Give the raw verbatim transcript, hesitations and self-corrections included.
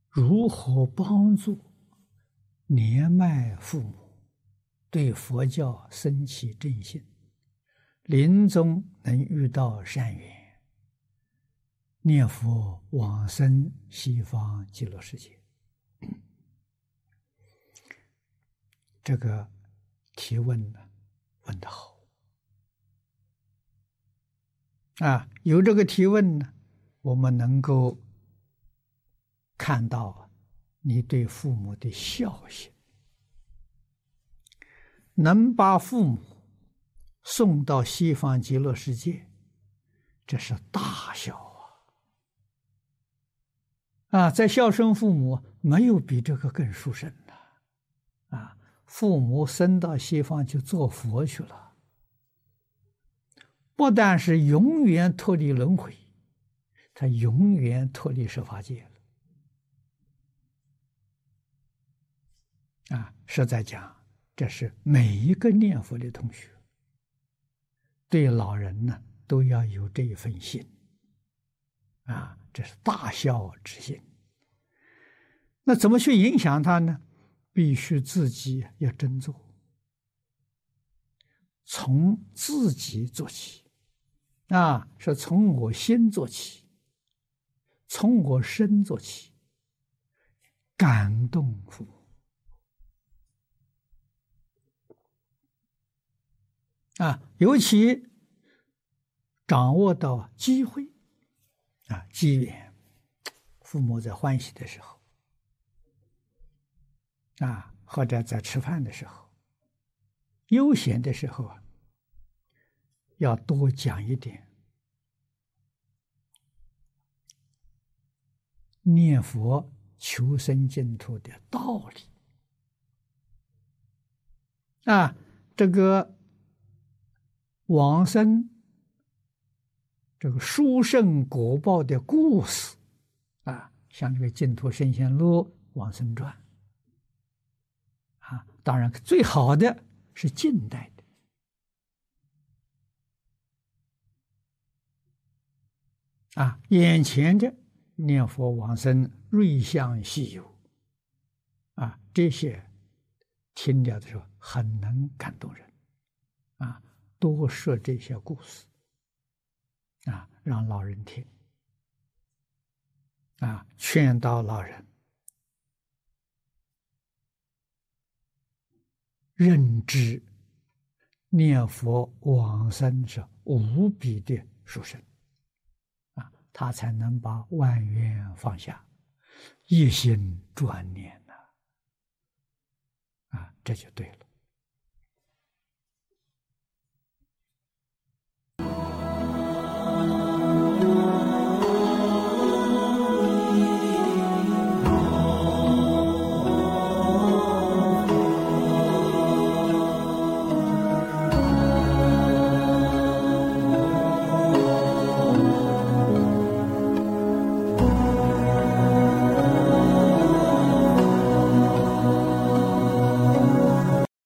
如何帮助年迈父母对佛教生起正信，临终能遇到善缘，念佛往生西方极乐世界？这个提问呢，问得好啊！有这个提问呢，我们能够看到你对父母的孝心，能把父母送到西方极乐世界，这是大孝啊！啊，在孝顺父母，没有比这个更殊胜的啊！父母升到西方去做佛去了，不但是永远脱离轮回，他永远脱离十法界了。啊，实在讲，这是每一个念佛的同学对老人呢都要有这一份心啊，这是大孝之心。那怎么去影响他呢？必须自己要真做，从自己做起啊，是从我心做起，从我身做起，感动父母啊，尤其掌握到机会啊，机缘，父母在欢喜的时候啊，或者在吃饭的时候，悠闲的时候啊，要多讲一点念佛求生净土的道理啊，这个往生这个殊胜果报的故事啊，像这个《净土圣贤录》《往生传》啊，当然最好的是近代的啊，眼前的念佛往生瑞相稀有啊，这些听了的时候很能感动人啊，多说这些故事啊，让老人听啊，劝导老人认知念佛往生是无比的殊胜啊，他才能把万缘放下，一心专念呢啊，这就对了。